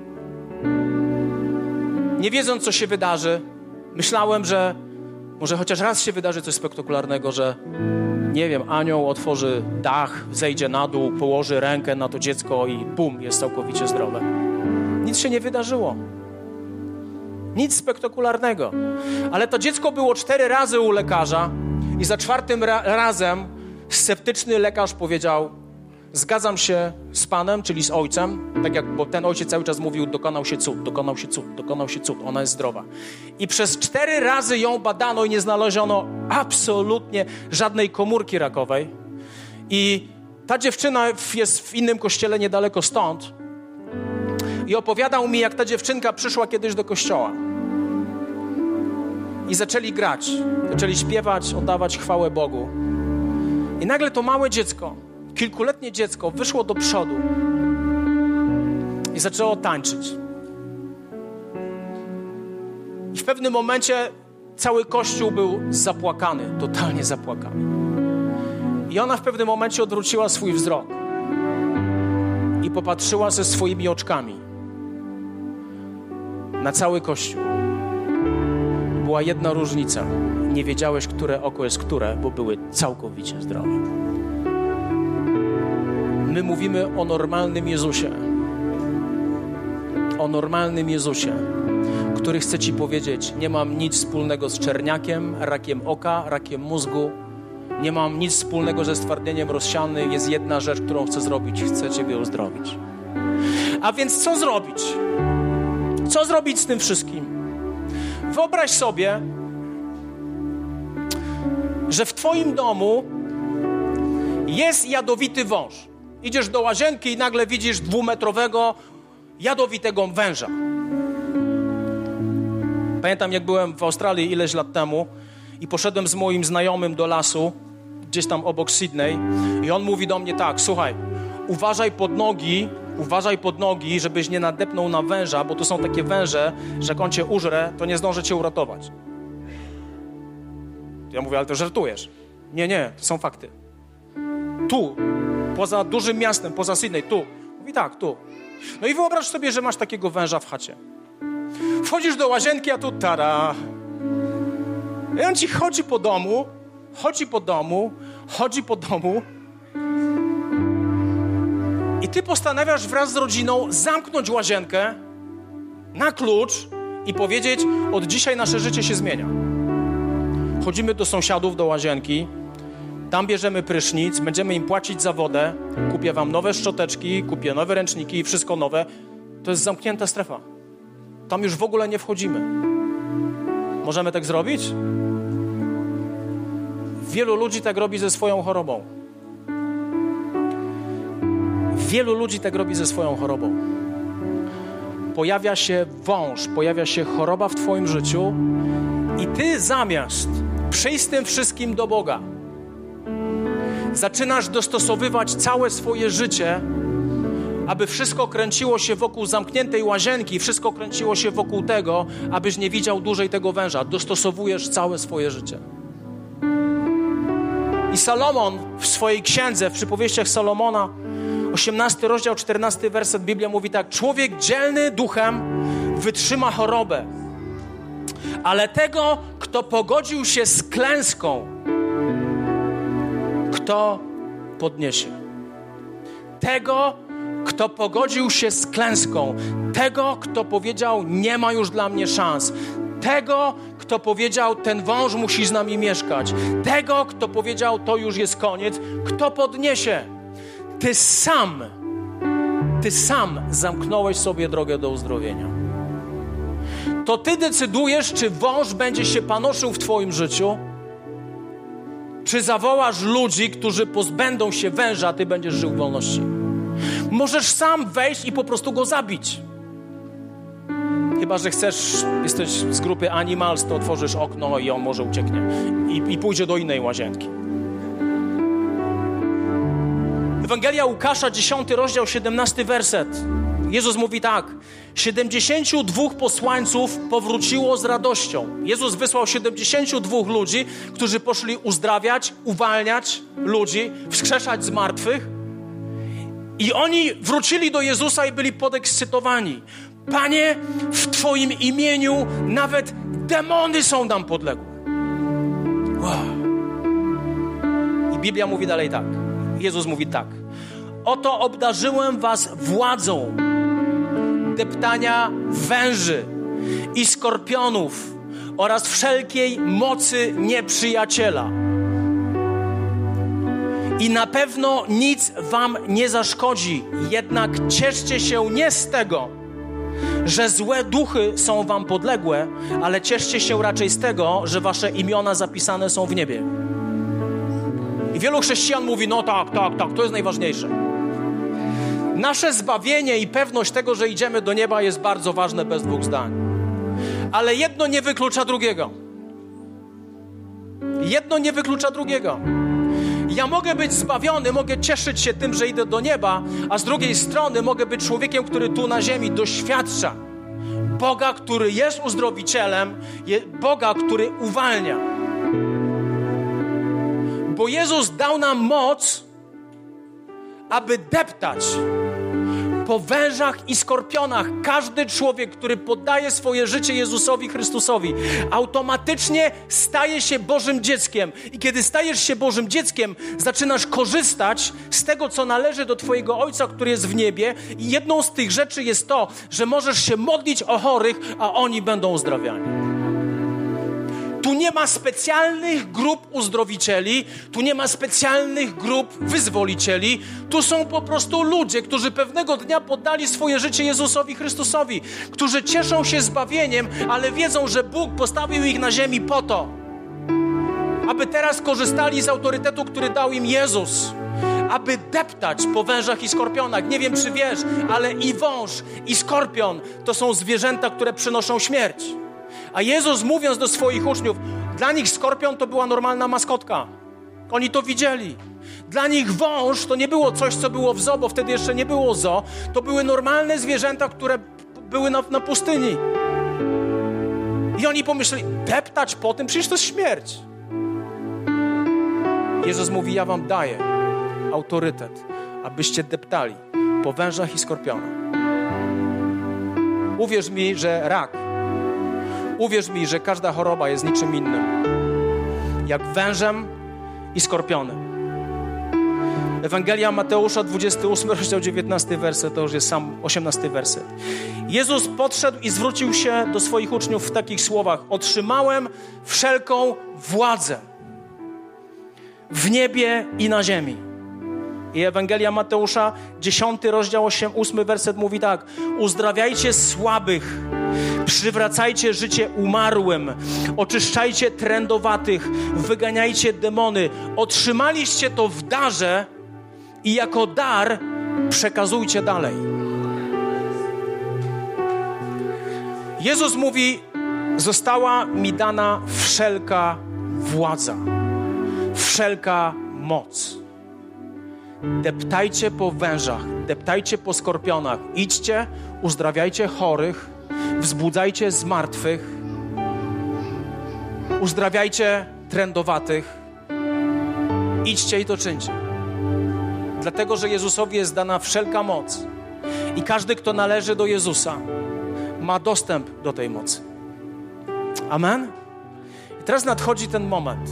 nie wiedząc, co się wydarzy. Myślałem, że może chociaż raz się wydarzy coś spektakularnego, że nie wiem, anioł otworzy dach, zejdzie na dół, położy rękę na to dziecko i bum, jest całkowicie zdrowe. Nic się nie wydarzyło. Nic spektakularnego. Ale to dziecko było 4 razy u lekarza i za 4 razem sceptyczny lekarz powiedział, zgadzam się z Panem, czyli z Ojcem, tak jak, bo ten ojciec cały czas mówił, dokonał się cud, ona jest zdrowa. I przez 4 razy ją badano i nie znaleziono absolutnie żadnej komórki rakowej. I ta dziewczyna jest w innym kościele niedaleko stąd i opowiadał mi, jak ta dziewczynka przyszła kiedyś do kościoła. I zaczęli grać, zaczęli śpiewać, oddawać chwałę Bogu. I nagle to małe dziecko, kilkuletnie dziecko wyszło do przodu i zaczęło tańczyć. I w pewnym momencie cały kościół był zapłakany, totalnie zapłakany. I ona w pewnym momencie odwróciła swój wzrok. i popatrzyła ze swoimi oczkami na cały Kościół. Była jedna różnica. Nie wiedziałeś, które oko jest które, bo były całkowicie zdrowe. My mówimy o normalnym Jezusie. O normalnym Jezusie, który chce ci powiedzieć: nie mam nic wspólnego z czerniakiem, rakiem oka, rakiem mózgu. Nie mam nic wspólnego ze stwardnieniem rozsianym. Jest jedna rzecz, którą chcę zrobić. Chcę ciebie uzdrowić. A więc co zrobić? Co zrobić z tym wszystkim? Wyobraź sobie, że w twoim domu jest jadowity wąż. Idziesz do łazienki i nagle widzisz 2-metrowego, jadowitego węża. Pamiętam, jak byłem w Australii ileś lat temu i poszedłem z moim znajomym do lasu, gdzieś tam obok Sydney, i on mówi do mnie tak: słuchaj, uważaj pod nogi, żebyś nie nadepnął na węża, bo to są takie węże, że jak on cię użre, to nie zdąży cię uratować. Ja mówię: ale to żartujesz. Nie, to są fakty. Tu, poza dużym miastem, poza Sydney, tu. Mówi: tak, tu. No i wyobraź sobie, że masz takiego węża w chacie. Wchodzisz do łazienki, a tu tara. I on ci chodzi po domu. I ty postanawiasz wraz z rodziną zamknąć łazienkę na klucz i powiedzieć: od dzisiaj nasze życie się zmienia. Chodzimy do sąsiadów do łazienki, tam bierzemy prysznic, będziemy im płacić za wodę, kupię wam nowe szczoteczki, kupię nowe ręczniki, wszystko nowe. To jest zamknięta strefa. Tam już w ogóle nie wchodzimy. Możemy tak zrobić? Wielu ludzi tak robi ze swoją chorobą. Pojawia się wąż, pojawia się choroba w twoim życiu i ty zamiast przyjść z tym wszystkim do Boga, zaczynasz dostosowywać całe swoje życie, aby wszystko kręciło się wokół zamkniętej łazienki, wszystko kręciło się wokół tego, abyś nie widział dłużej tego węża. Dostosowujesz całe swoje życie. I Salomon w swojej księdze, w przypowieściach Salomona, 18 rozdział, 14 werset, Biblia mówi tak: człowiek dzielny duchem wytrzyma chorobę, ale tego, kto pogodził się z klęską, kto podniesie? Tego, kto pogodził się z klęską, tego, kto powiedział: nie ma już dla mnie szans, tego, kto powiedział: ten wąż musi z nami mieszkać, tego, kto powiedział: to już jest koniec, kto podniesie? Ty sam zamknąłeś sobie drogę do uzdrowienia. To ty decydujesz, czy wąż będzie się panoszył w twoim życiu, czy zawołasz ludzi, którzy pozbędą się węża, a ty będziesz żył w wolności. Możesz sam wejść i po prostu go zabić. Chyba że jesteś z grupy Animals, to otworzysz okno i on może ucieknie i pójdzie do innej łazienki. Ewangelia Łukasza, 10 rozdział, 17 werset. Jezus mówi tak: 72 posłańców powróciło z radością. Jezus wysłał 72 ludzi, którzy poszli uzdrawiać, uwalniać ludzi, wskrzeszać zmartwych. I oni wrócili do Jezusa i byli podekscytowani. Panie, w Twoim imieniu nawet demony są nam podległe. Wow. I Biblia mówi dalej tak. Jezus mówi tak: oto obdarzyłem was władzą deptania węży i skorpionów oraz wszelkiej mocy nieprzyjaciela. I na pewno nic wam nie zaszkodzi. Jednak cieszcie się nie z tego, że złe duchy są wam podległe, ale cieszcie się raczej z tego, że wasze imiona zapisane są w niebie. I wielu chrześcijan mówi: no tak, to jest najważniejsze. Nasze zbawienie i pewność tego, że idziemy do nieba, jest bardzo ważne, bez dwóch zdań. Ale jedno nie wyklucza drugiego. Ja mogę być zbawiony, mogę cieszyć się tym, że idę do nieba, a z drugiej strony mogę być człowiekiem, który tu na ziemi doświadcza Boga, który jest uzdrowicielem, Boga, który uwalnia. Bo Jezus dał nam moc, aby deptać po wężach i skorpionach. Każdy człowiek, który poddaje swoje życie Jezusowi Chrystusowi, automatycznie staje się Bożym dzieckiem. I kiedy stajesz się Bożym dzieckiem, zaczynasz korzystać z tego, co należy do Twojego Ojca, który jest w niebie. I jedną z tych rzeczy jest to, że możesz się modlić o chorych, a oni będą uzdrawiani. Tu nie ma specjalnych grup uzdrowicieli, tu nie ma specjalnych grup wyzwolicieli. Tu są po prostu ludzie, którzy pewnego dnia poddali swoje życie Jezusowi Chrystusowi, którzy cieszą się zbawieniem, ale wiedzą, że Bóg postawił ich na ziemi po to, aby teraz korzystali z autorytetu, który dał im Jezus, aby deptać po wężach i skorpionach. Nie wiem, czy wiesz, ale i wąż, i skorpion to są zwierzęta, które przynoszą śmierć. A Jezus, mówiąc do swoich uczniów, dla nich skorpion to była normalna maskotka. Oni to widzieli. Dla nich wąż to nie było coś, co było w zoo, bo wtedy jeszcze nie było zoo. To były normalne zwierzęta, które były na pustyni. I oni pomyśleli, deptać po tym? Przecież to jest śmierć. Jezus mówi, ja wam daję autorytet, abyście deptali po wężach i skorpionach. Uwierz mi, że rak, uwierz mi, że każda choroba jest niczym innym, jak wężem i skorpionem. Ewangelia Mateusza, 28 rozdział, 19 werset, to już jest sam 18 werset. Jezus podszedł i zwrócił się do swoich uczniów w takich słowach: otrzymałem wszelką władzę w niebie i na ziemi. I Ewangelia Mateusza, 10 rozdział, 8 werset mówi tak: uzdrawiajcie słabych, przywracajcie życie umarłym, oczyszczajcie trędowatych, wyganiajcie demony. Otrzymaliście to w darze i jako dar przekazujcie dalej. Jezus mówi, została mi dana wszelka władza, wszelka moc. Deptajcie po wężach, deptajcie po skorpionach, idźcie, uzdrawiajcie chorych, wzbudzajcie zmartwych, uzdrawiajcie trędowatych, idźcie i to czyńcie. Dlatego, że Jezusowi jest dana wszelka moc i każdy, kto należy do Jezusa, ma dostęp do tej mocy. Amen? I teraz nadchodzi ten moment,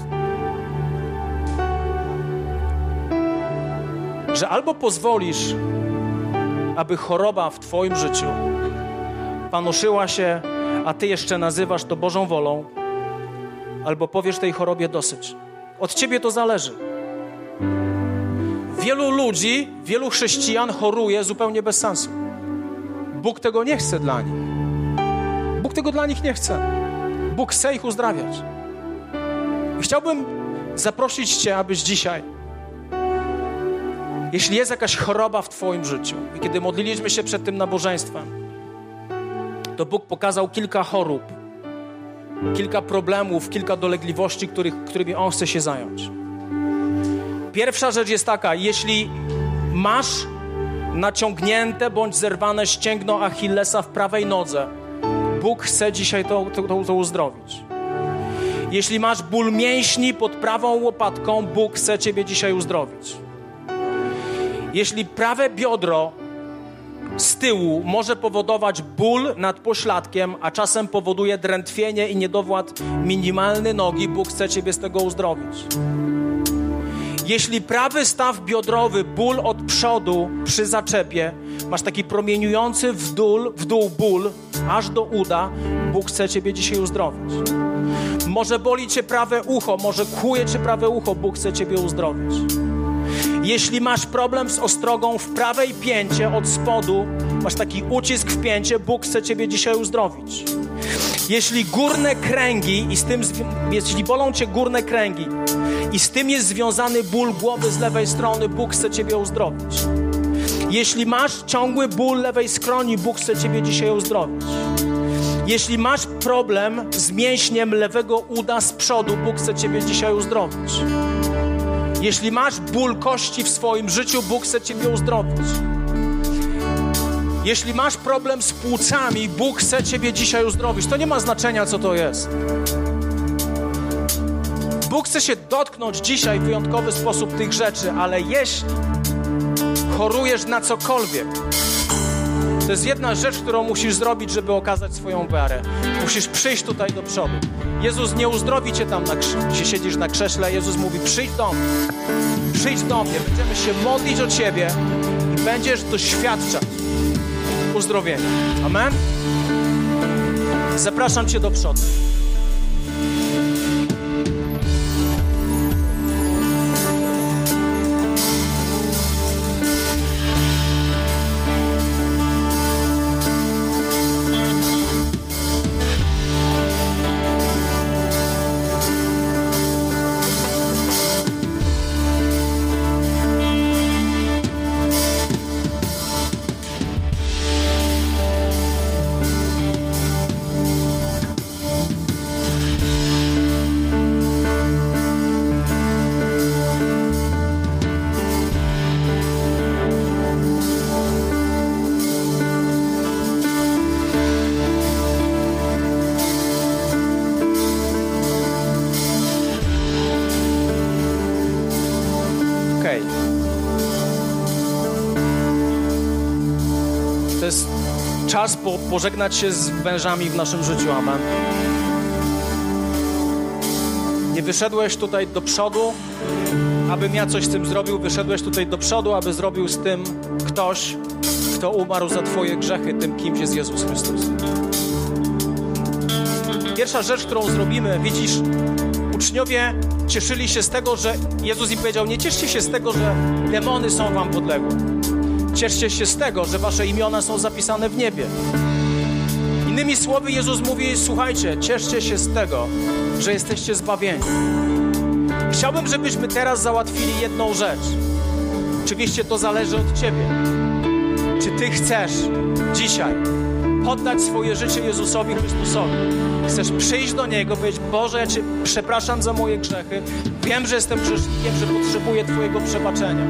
że albo pozwolisz, aby choroba w twoim życiu panoszyła się, a ty jeszcze nazywasz to Bożą wolą, albo powiesz tej chorobie dosyć. Od ciebie to zależy. Wielu ludzi, wielu chrześcijan choruje zupełnie bez sensu. Bóg tego nie chce dla nich. Bóg tego dla nich nie chce. Bóg chce ich uzdrawiać. I chciałbym zaprosić cię, abyś dzisiaj, jeśli jest jakaś choroba w twoim życiu, i kiedy modliliśmy się przed tym nabożeństwem, to Bóg pokazał kilka chorób, kilka problemów, kilka dolegliwości, którymi On chce się zająć. Pierwsza rzecz jest taka: jeśli masz naciągnięte bądź zerwane ścięgno Achillesa w prawej nodze, Bóg chce dzisiaj to uzdrowić. Jeśli masz ból mięśni pod prawą łopatką, Bóg chce ciebie dzisiaj uzdrowić. Jeśli prawe biodro z tyłu może powodować ból nad pośladkiem, a czasem powoduje drętwienie i niedowład minimalny nogi, Bóg chce ciebie z tego uzdrowić. Jeśli prawy staw biodrowy, ból od przodu przy zaczepie, masz taki promieniujący w dół ból, aż do uda, Bóg chce ciebie dzisiaj uzdrowić. Może boli cię prawe ucho, może kłuje cię prawe ucho, Bóg chce ciebie uzdrowić. Jeśli masz problem z ostrogą w prawej pięcie od spodu, masz taki ucisk w pięcie, Bóg chce ciebie dzisiaj uzdrowić. Jeśli górne kręgi jeśli bolą cię górne kręgi i z tym jest związany ból głowy z lewej strony, Bóg chce ciebie uzdrowić. Jeśli masz ciągły ból lewej skroni, Bóg chce ciebie dzisiaj uzdrowić. Jeśli masz problem z mięśniem lewego uda z przodu, Bóg chce ciebie dzisiaj uzdrowić. Jeśli masz ból kości w swoim życiu, Bóg chce ciebie uzdrowić. Jeśli masz problem z płucami, Bóg chce ciebie dzisiaj uzdrowić. To nie ma znaczenia, co to jest. Bóg chce się dotknąć dzisiaj w wyjątkowy sposób tych rzeczy, ale jeśli chorujesz na cokolwiek, To jest jedna rzecz, którą musisz zrobić, żeby okazać swoją wiarę. Musisz przyjść tutaj do przodu. Jezus nie uzdrowi cię tam, gdzie siedzisz na krześle. Jezus mówi, przyjdź do mnie. Przyjdź do mnie. Będziemy się modlić o ciebie i będziesz doświadczać uzdrowienia. Amen? Zapraszam cię do przodu. To jest czas pożegnać się z wężami w naszym życiu. Amen. Nie wyszedłeś tutaj do przodu, abym ja coś z tym zrobił. Wyszedłeś tutaj do przodu, aby zrobił z tym ktoś, kto umarł za twoje grzechy, tym kimś jest Jezus Chrystus. Pierwsza rzecz, którą zrobimy, widzisz, uczniowie cieszyli się z tego, że Jezus im powiedział, nie cieszcie się z tego, że demony są wam podległe. Cieszcie się z tego, że wasze imiona są zapisane w niebie. Innymi słowy, Jezus mówi, słuchajcie, cieszcie się z tego, że jesteście zbawieni. Chciałbym, żebyśmy teraz załatwili jedną rzecz. Oczywiście to zależy od ciebie. Czy ty chcesz dzisiaj poddać swoje życie Jezusowi Chrystusowi? Chcesz przyjść do Niego, powiedzieć, Boże, ja Cię przepraszam za moje grzechy. Wiem, że jestem grzesznikiem, że potrzebuję Twojego przebaczenia.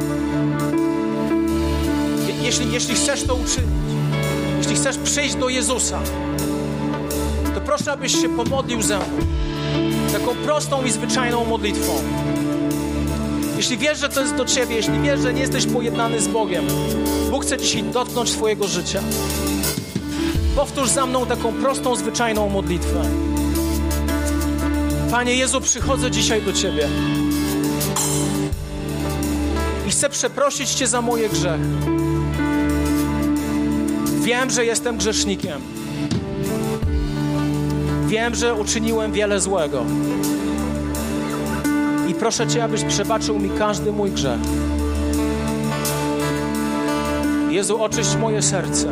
Jeśli chcesz to uczynić, jeśli chcesz przyjść do Jezusa, to proszę, abyś się pomodlił ze mną. Taką prostą i zwyczajną modlitwą. Jeśli wiesz, że to jest do Ciebie, jeśli wiesz, że nie jesteś pojednany z Bogiem, Bóg chce dzisiaj dotknąć Twojego życia. Powtórz za mną taką prostą, zwyczajną modlitwę. Panie Jezu, przychodzę dzisiaj do Ciebie i chcę przeprosić Cię za moje grzechy. Wiem, że jestem grzesznikiem. Wiem, że uczyniłem wiele złego. I proszę Cię, abyś przebaczył mi każdy mój grzech. Jezu, oczyść moje serce.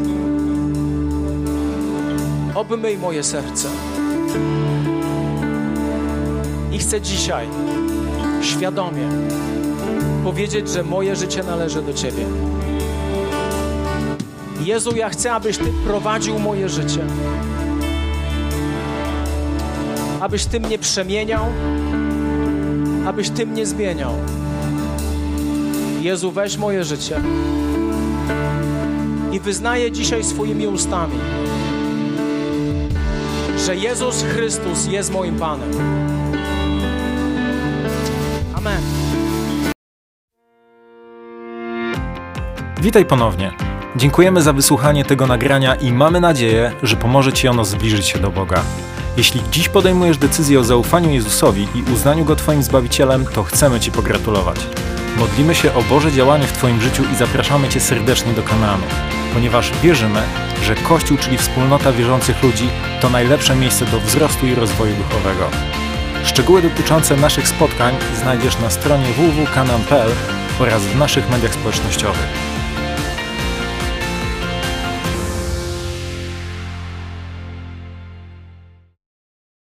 Obmyj moje serce. I chcę dzisiaj świadomie powiedzieć, że moje życie należy do Ciebie. Jezu, ja chcę, abyś Ty prowadził moje życie. Abyś Ty mnie przemieniał, abyś Ty mnie zmieniał. Jezu, weź moje życie i wyznaję dzisiaj swoimi ustami, że Jezus Chrystus jest moim Panem. Amen. Witaj ponownie. Dziękujemy za wysłuchanie tego nagrania i mamy nadzieję, że pomoże Ci ono zbliżyć się do Boga. Jeśli dziś podejmujesz decyzję o zaufaniu Jezusowi i uznaniu Go Twoim Zbawicielem, to chcemy Ci pogratulować. Modlimy się o Boże działanie w Twoim życiu i zapraszamy Cię serdecznie do Kanaanu, ponieważ wierzymy, że Kościół, czyli wspólnota wierzących ludzi, to najlepsze miejsce do wzrostu i rozwoju duchowego. Szczegóły dotyczące naszych spotkań znajdziesz na stronie www.kanaan.pl oraz w naszych mediach społecznościowych.